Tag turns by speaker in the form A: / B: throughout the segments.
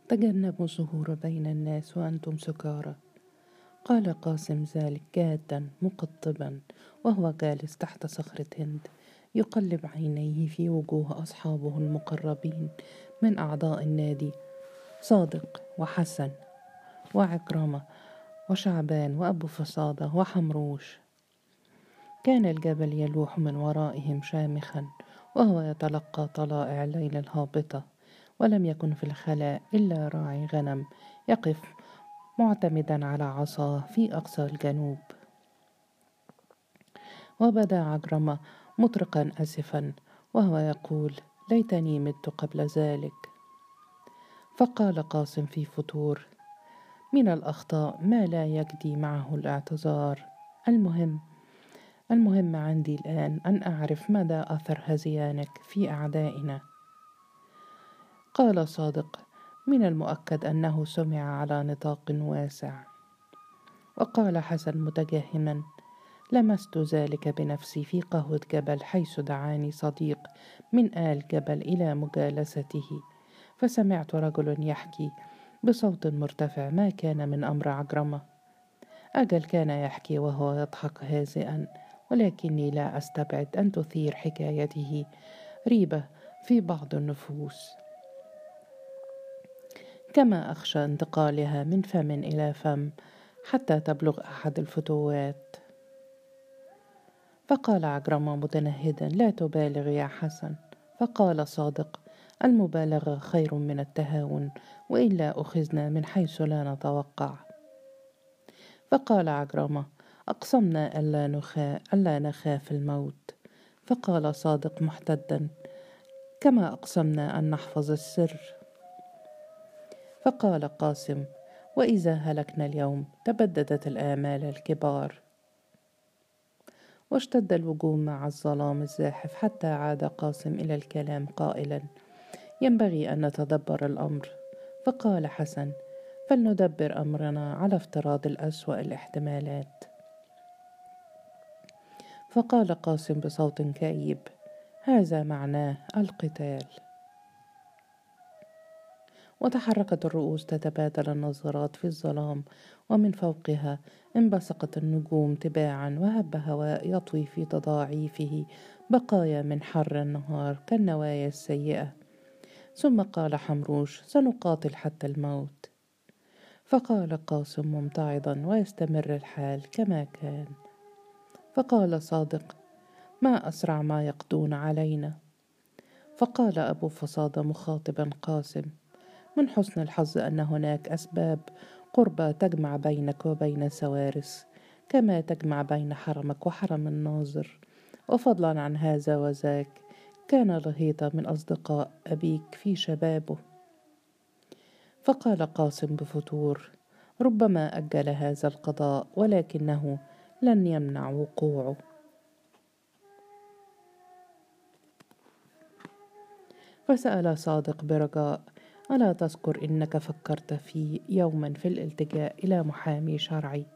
A: تجنبوا الظهور بين الناس وأنتم سكارى. قال قاسم ذلك جادا مقطبا وهو جالس تحت صخرة هند يقلب عينيه في وجوه أصحابه المقربين من أعضاء النادي، صادق وحسن وعكرمة وشعبان وأبو فصادة وحمروش. كان الجبل يلوح من ورائهم شامخا وهو يتلقى طلائع الليل الهابطة، ولم يكن في الخلاء إلا راعي غنم يقف معتمدا على عصاه في أقصى الجنوب. وبدا عجرمة مطرقا أسفا وهو يقول: ليتني مت قبل ذلك. فقال قاسم في فتور: من الأخطاء ما لا يجدي معه الاعتذار. المهم عندي الآن أن أعرف مدى أثر هذيانك في أعدائنا. قال صادق: من المؤكد أنه سمع على نطاق واسع. وقال حسن متجهما: لمست ذلك بنفسي في قهوة جبل، حيث دعاني صديق من آل جبل إلى مجالسته، فسمعت رجل يحكي بصوت مرتفع ما كان من أمر عجرمة. أجل كان يحكي وهو يضحك هازئا، ولكني لا أستبعد أن تثير حكايته ريبة في بعض النفوس، كما أخشى انتقالها من فم إلى فم حتى تبلغ أحد الفتوات. فقال عجرمة متنهدا: لا تبالغ يا حسن. فقال صادق: المبالغة خير من التهاون، وإلا أخذنا من حيث لا نتوقع. فقال عجرمة: أقسمنا ألا نخاف الموت. فقال صادق محتدا: كما أقسمنا أن نحفظ السر. فقال قاسم: وإذا هلكنا اليوم تبددت الآمال الكبار. واشتد الوجوم مع الظلام الزاحف حتى عاد قاسم إلى الكلام قائلا: ينبغي أن نتدبر الأمر. فقال حسن: فلندبر أمرنا على افتراض الأسوأ الاحتمالات. فقال قاسم بصوت كئيب: هذا معناه القتال. وتحركت الرؤوس تتبادل النظرات في الظلام، ومن فوقها انبثقت النجوم تباعا، وهب هواء يطوي في تضاعيفه بقايا من حر النهار كالنوايا السيئة. ثم قال حمروش: سنقاتل حتى الموت. فقال قاسم ممتعضا: ويستمر الحال كما كان. فقال صادق: ما أسرع ما يقضون علينا. فقال أبو فصادة مخاطبا قاسم: من حسن الحظ أن هناك أسباب قربى تجمع بينك وبين سوارس، كما تجمع بين حرمك وحرم الناظر. وفضلا عن هذا وذاك، كان لهيطة من أصدقاء أبيك في شبابه. فقال قاسم بفتور: ربما أجل هذا القضاء، ولكنه لن يمنع وقوعه. فسأل صادق برجاء: ألا تذكر إنك فكرت في يوما في الالتجاء إلى محامي شرعي؟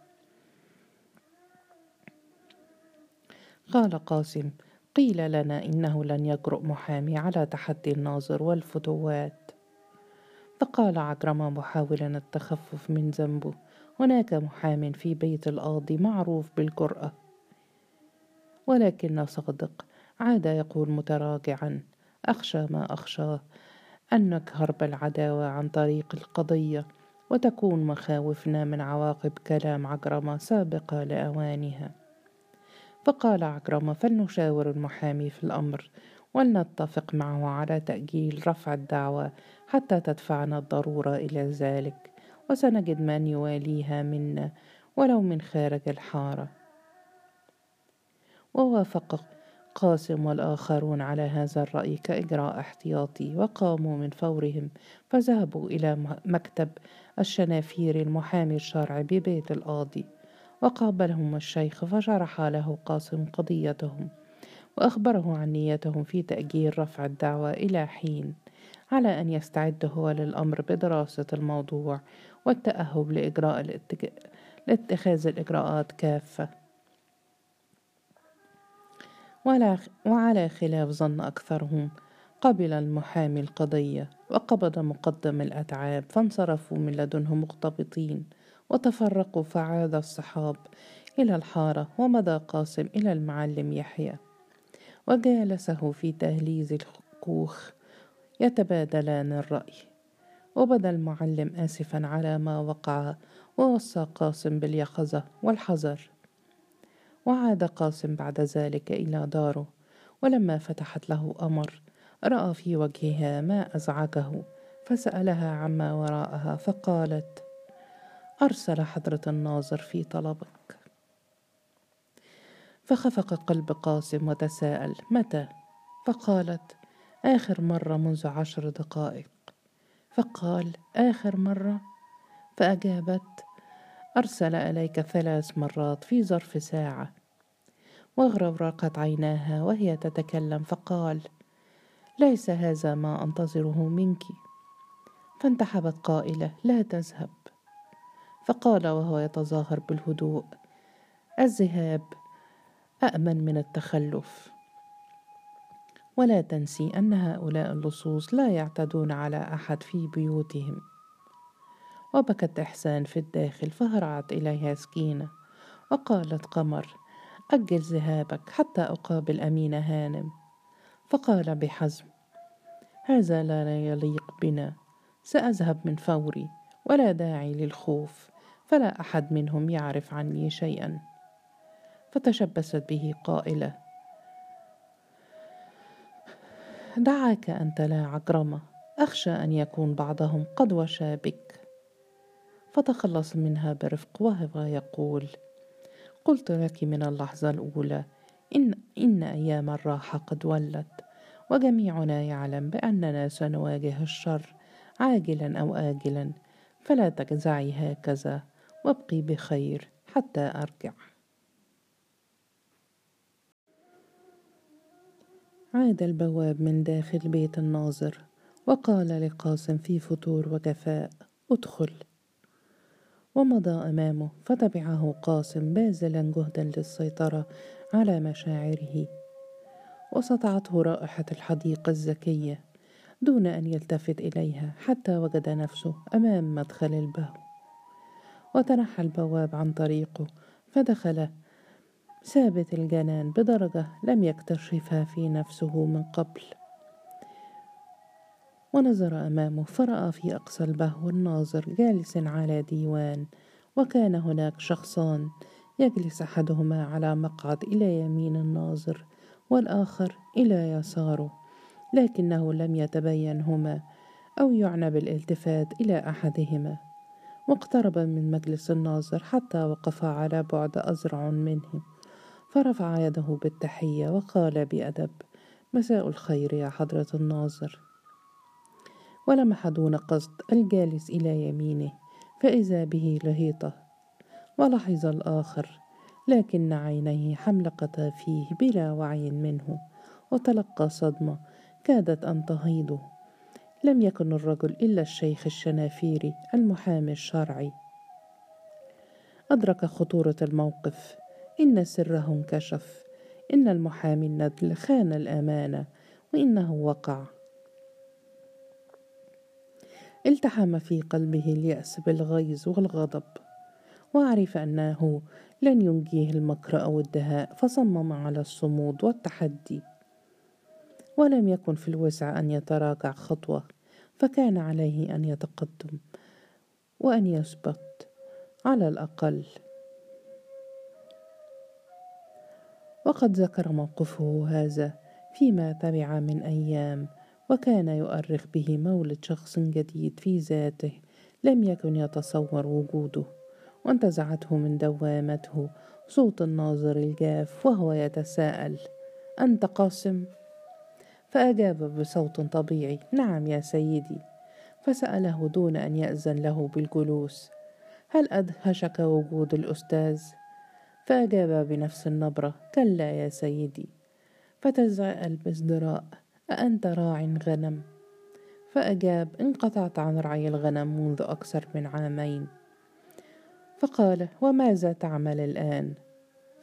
A: قال قاسم: قيل لنا إنه لن يجرؤ محامي على تحدي الناظر والفتوات. فقال عكرمة محاولا التخفف من ذنبه: هناك محام في بيت القاضي معروف بالجرأة. ولكن صادق عاد يقول متراجعا: أخشى ما أخشاه أن نجهر بالعداوة عن طريق القضية، وتكون مخاوفنا من عواقب كلام عكرمة سابقة لأوانها. فقال عكرمة: فلنشاور المحامي في الأمر، ولنتفق معه على تأجيل رفع الدعوى حتى تدفعنا الضرورة إلى ذلك، وسنجد من يواليها منا ولو من خارج الحارة. ووافق قاسم والآخرون على هذا الرأي كإجراء احتياطي، وقاموا من فورهم فذهبوا إلى مكتب الشنافير المحامي الشرعي ببيت القاضي. وقابلهم الشيخ فشرح له قاسم قضيتهم، وأخبره عن نيتهم في تأجيل رفع الدعوى إلى حين، على أن يستعد هو للأمر بدراسة الموضوع والتأهب لاتخاذ الإجراءات كافة. وعلى خلاف ظن أكثرهم، قبل المحامي القضية وقبض مقدم الأتعاب، فانصرفوا من لدنه مغتبطين وتفرقوا. فعاد الصحاب إلى الحارة، ومضى قاسم إلى المعلم يحيى وجالسه في دهليز الكوخ يتبادلان الرأي. وبدا المعلم آسفا على ما وقع، ووصى قاسم باليقظة والحذر. وعاد قاسم بعد ذلك إلى داره، ولما فتحت له أمر رأى في وجهها ما أزعجه، فسألها عما وراءها، فقالت: أرسل حضرة الناظر في طلبك. فخفق قلب قاسم وتساءل: متى؟ فقالت: آخر مرة منذ 10 دقائق. فقال: آخر مرة؟ فأجابت: أرسل إليك 3 مرات في ظرف ساعة. واغرقت عيناها وهي تتكلم، فقال: ليس هذا ما أنتظره منك. فانتحبت قائلة: لا تذهب. فقال وهو يتظاهر بالهدوء: الذهاب أأمن من التخلف، ولا تنسي أن هؤلاء اللصوص لا يعتدون على أحد في بيوتهم. وبكت إحسان في الداخل، فهرعت إليها سكينة وقالت: قمر، أجل ذهابك حتى أقابل أمينة هانم. فقال بحزم: هذا لا يليق بنا، سأذهب من فوري، ولا داعي للخوف، فلا أحد منهم يعرف عني شيئا. فتشبثت به قائلة: دعاك أنت لا عجرمة، أخشى أن يكون بعضهم قد وشى بك. فتخلص منها برفق وهو يقول: قلت لك من اللحظة الأولى إن أيام الراحة قد ولت، وجميعنا يعلم بأننا سنواجه الشر عاجلا أو آجلا، فلا تجزعي هكذا، وابقي بخير حتى أرجع. عاد البواب من داخل بيت الناظر وقال لقاسم في فتور وجفاء: ادخل. ومضى أمامه، فتبعه قاسم باذلا جهدا للسيطرة على مشاعره. وسطعته رائحة الحديقة الزكية دون أن يلتفت إليها، حتى وجد نفسه أمام مدخل البهو. وتنحى البواب عن طريقه، فدخل ثابت الجنان بدرجة لم يكتشفها في نفسه من قبل. ونظر أمامه، فرأى في أقصى البهو الناظر جالس على ديوان، وكان هناك شخصان، يجلس أحدهما على مقعد إلى يمين الناظر، والآخر إلى يساره، لكنه لم يتبين هما أو يعنى بالالتفات إلى أحدهما. واقترب من مجلس الناظر حتى وقف على بعد أذرع منه، فرفع يده بالتحية وقال بأدب: مساء الخير يا حضرة الناظر. ولمح دون قصد الجالس إلى يمينه، فإذا به لهيطة. ولاحظ الآخر، لكن عينيه حملقتا فيه بلا وعي منه، وتلقى صدمة كادت أن تهيضه. لم يكن الرجل إلا الشيخ الشنافيري المحامي الشرعي. أدرك خطورة الموقف، إن سره انكشف، إن المحامي الندل خان الأمانة، وإنه وقع. التحم في قلبه اليأس بالغيظ والغضب، وعرف أنه لن ينجيه المكر أو الدهاء، فصمم على الصمود والتحدي. ولم يكن في الوسع أن يتراجع خطوة، فكان عليه أن يتقدم وأن يثبت على الأقل. وقد ذكر موقفه هذا فيما تبع من أيام، وكان يؤرخ به مولد شخص جديد في ذاته لم يكن يتصور وجوده. وانتزعته من دوامته صوت الناظر الجاف وهو يتساءل: أنت قاسم؟ فأجاب بصوت طبيعي: نعم يا سيدي. فسأله دون أن يأذن له بالجلوس: هل أدهشك وجود الأستاذ؟ فأجاب بنفس النبرة: كلا يا سيدي. فتساءل بازدراء: أأنت راع غنم؟ فأجاب: انقطعت عن رعي الغنم منذ أكثر من 2 عام. فقال: وماذا تعمل الآن؟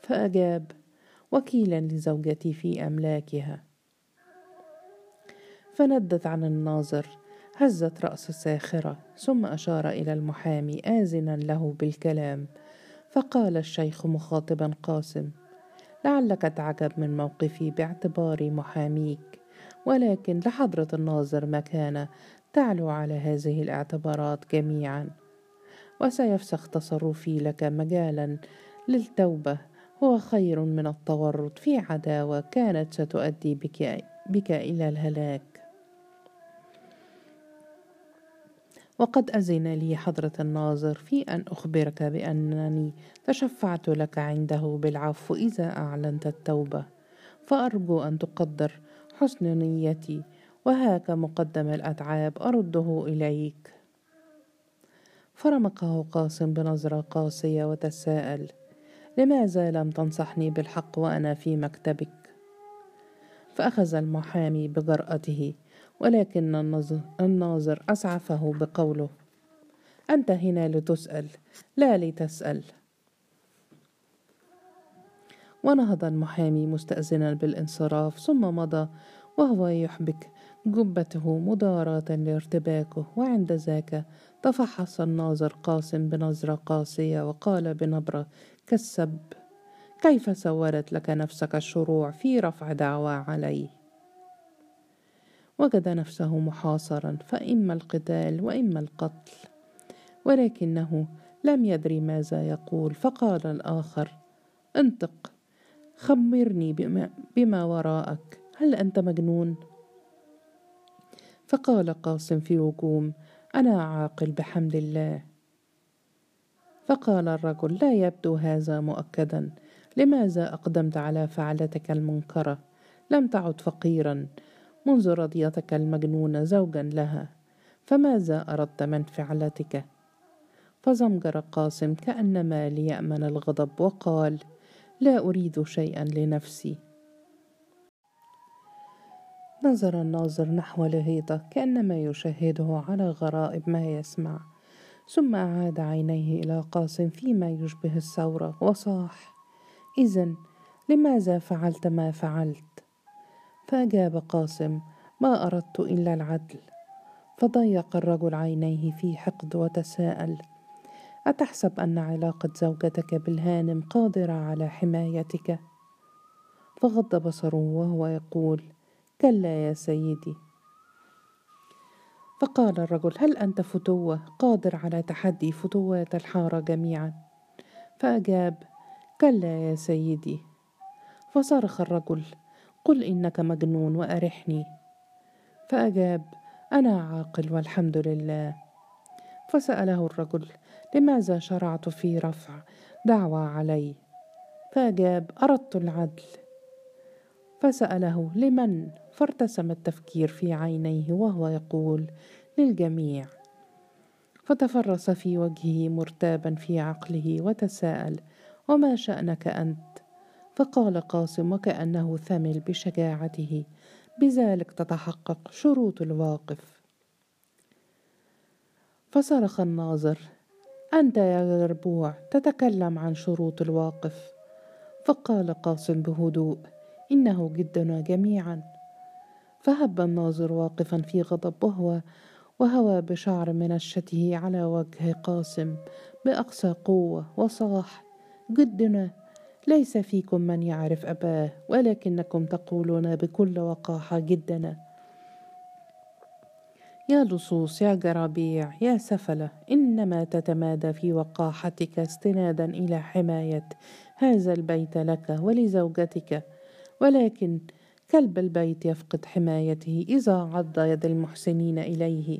A: فأجاب: وكيلا لزوجتي في أملاكها. فندت عن الناظر، هزت رأس ساخرة، ثم أشار إلى المحامي آذنا له بالكلام. فقال الشيخ مخاطبا قاسم: لعلك تعجب من موقفي باعتباري محاميك، ولكن لحضرة الناظر مكانة تعلو على هذه الاعتبارات جميعا، وسيفسخ تصرفي لك مجالا للتوبة هو خير من التورط في عداوة كانت ستؤدي بك إلى الهلاك. وقد أذن لي حضرة الناظر في أن أخبرك بأنني تشفعت لك عنده بالعفو إذا أعلنت التوبة، فأرجو أن تقدر حسن نيتي، وهاك مقدم الأتعاب أرده إليك. فرمقه قاسم بنظرة قاسية وتساءل: لماذا لم تنصحني بالحق وأنا في مكتبك؟ فأخذ المحامي بجرأته، ولكن الناظر أسعفه بقوله: أنت هنا لتسأل لا لتسأل. ونهض المحامي مستأذنا بالانصراف، ثم مضى وهو يحبك جبته مداراة لارتباكه. وعند ذاك تفحص الناظر قاسم بنظرة قاسية وقال بنبرة كالسب: كيف سولت لك نفسك الشروع في رفع دعوى عليه؟ وجد نفسه محاصرا، فإما القتال وإما القتل، ولكنه لم يدري ماذا يقول. فقال الآخر: انطق، خبرني بما وراءك، هل أنت مجنون؟ فقال قاسم في وجوم: أنا عاقل بحمد الله. فقال الرجل: لا يبدو هذا مؤكدا. لماذا أقدمت على فعلتك المنكرة؟ لم تعد فقيرا منذ رضيتك المجنونة زوجا لها، فماذا أردت من فعلتك؟ فزمجر قاسم كأنما ليأمن الغضب وقال: لا أريد شيئا لنفسي. نظر الناظر نحو لهيطة كأنما يشاهده على غرائب ما يسمع، ثم أعاد عينيه إلى قاسم فيما يشبه الثورة وصاح: إذن لماذا فعلت ما فعلت؟ فأجاب قاسم: ما أردت إلا العدل. فضيق الرجل عينيه في حقد وتساءل: أتحسب أن علاقة زوجتك بالهانم قادرة على حمايتك؟ فغض بصره وهو يقول: كلا يا سيدي. فقال الرجل: هل أنت فتوة قادر على تحدي فتوات الحارة جميعا؟ فأجاب: كلا يا سيدي. فصرخ الرجل: قل إنك مجنون وأرحني. فأجاب: أنا عاقل والحمد لله. فسأله الرجل: لماذا شرعت في رفع دعوى علي؟ فأجاب: أردت العدل. فسأله: لمن؟ فارتسم التفكير في عينيه وهو يقول: للجميع. فتفرس في وجهه مرتابا في عقله وتساءل: وما شأنك أنت؟ فقال قاسم وكأنه ثمل بشجاعته: بذلك تتحقق شروط الواقف. فصرخ الناظر: أنت يا جربوع تتكلم عن شروط الواقف؟ فقال قاسم بهدوء: إنه جدنا جميعا. فهب الناظر واقفا في غضب وهوى بشعر منشته على وجه قاسم بأقصى قوة وصاح: جدنا ليس فيكم من يعرف أباه، ولكنكم تقولون بكل وقاحة جدنا. يا لصوص يا جرابيع يا سفلة، إنما تتمادى في وقاحتك استنادا إلى حماية هذا البيت لك ولزوجتك، ولكن كلب البيت يفقد حمايته إذا عض يد المحسنين إليه.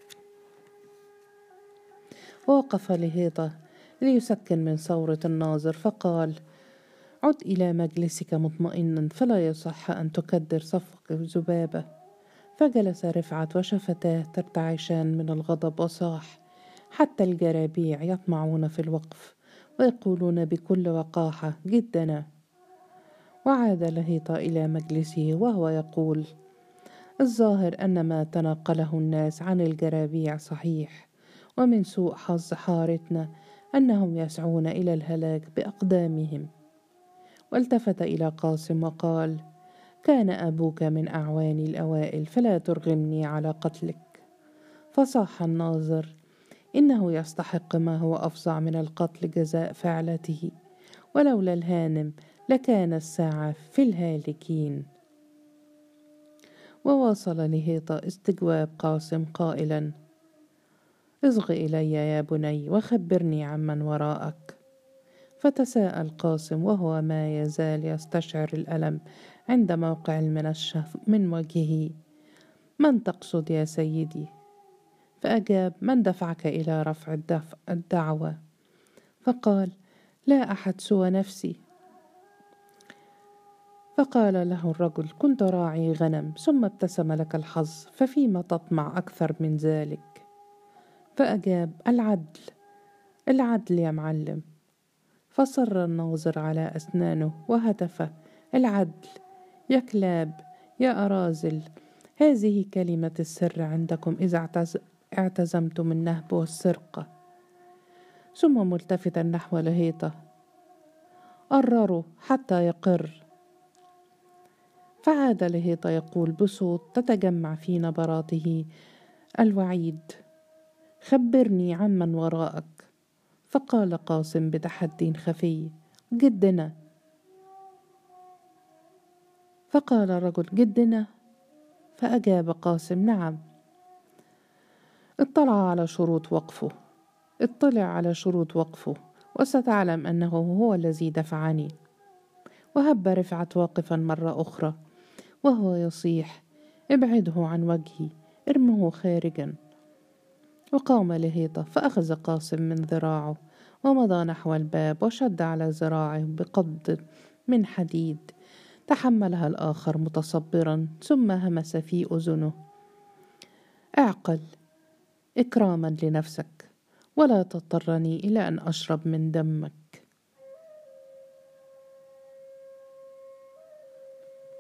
A: ووقف لهيطة ليسكن من ثورة الناظر، فقال: عد إلى مجلسك مطمئنا، فلا يصح أن تكدر صفك ذبابة. فجلس رفعت وشفتاه ترتعشان من الغضب وصاح: حتى الجرابيع يطمعون في الوقف ويقولون بكل وقاحة جدنا. وعاد لهيطة إلى مجلسه وهو يقول: الظاهر أن ما تناقله الناس عن الجرابيع صحيح، ومن سوء حظ حارتنا أنهم يسعون إلى الهلاك بأقدامهم. والتفت إلى قاسم وقال: كان أبوك من أعواني الأوائل، فلا ترغمني على قتلك. فصاح الناظر: إنه يستحق ما هو أفظع من القتل جزاء فعلته، ولولا الهانم لكان الساعة في الهالكين. وواصل لهيطة استجواب قاسم قائلا: اصغ إلي يا بني وخبرني عمن وراءك. فتساءل قاسم وهو ما يزال يستشعر الألم عند موقع المنشف من وجهه: من تقصد يا سيدي؟ فأجاب: من دفعك إلى رفع الدعوة؟ فقال: لا أحد سوى نفسي. فقال له الرجل: كنت راعي غنم ثم ابتسم لك الحظ، ففيما تطمع أكثر من ذلك؟ فأجاب: العدل، العدل يا معلم. فصر الناظر على أسنانه وهتف: العدل يا كلاب يا أرازل، هذه كلمة السر عندكم إذا اعتزمتم النهب والسرقة. ثم ملتفتا نحو لهيطة: قرروا حتى يقر. فعاد لهيطة يقول بصوت تتجمع في نبراته الوعيد: خبرني عمن وراءك. فقال قاسم بتحدي خفي: جدنا. فقال الرجل: جدنا؟ فأجاب قاسم: نعم. اطلع على شروط وقفه وستعلم أنه هو الذي دفعني. وهب رفعت واقفا مرة أخرى وهو يصيح: ابعده عن وجهي، ارمه خارجا. وقام لهيطة فأخذ قاسم من ذراعه ومضى نحو الباب وشد على ذراعه بقبض من حديد. تحملها الآخر متصبرا ثم همس في أذنه: اعقل إكراما لنفسك، ولا تضطرني إلى أن أشرب من دمك.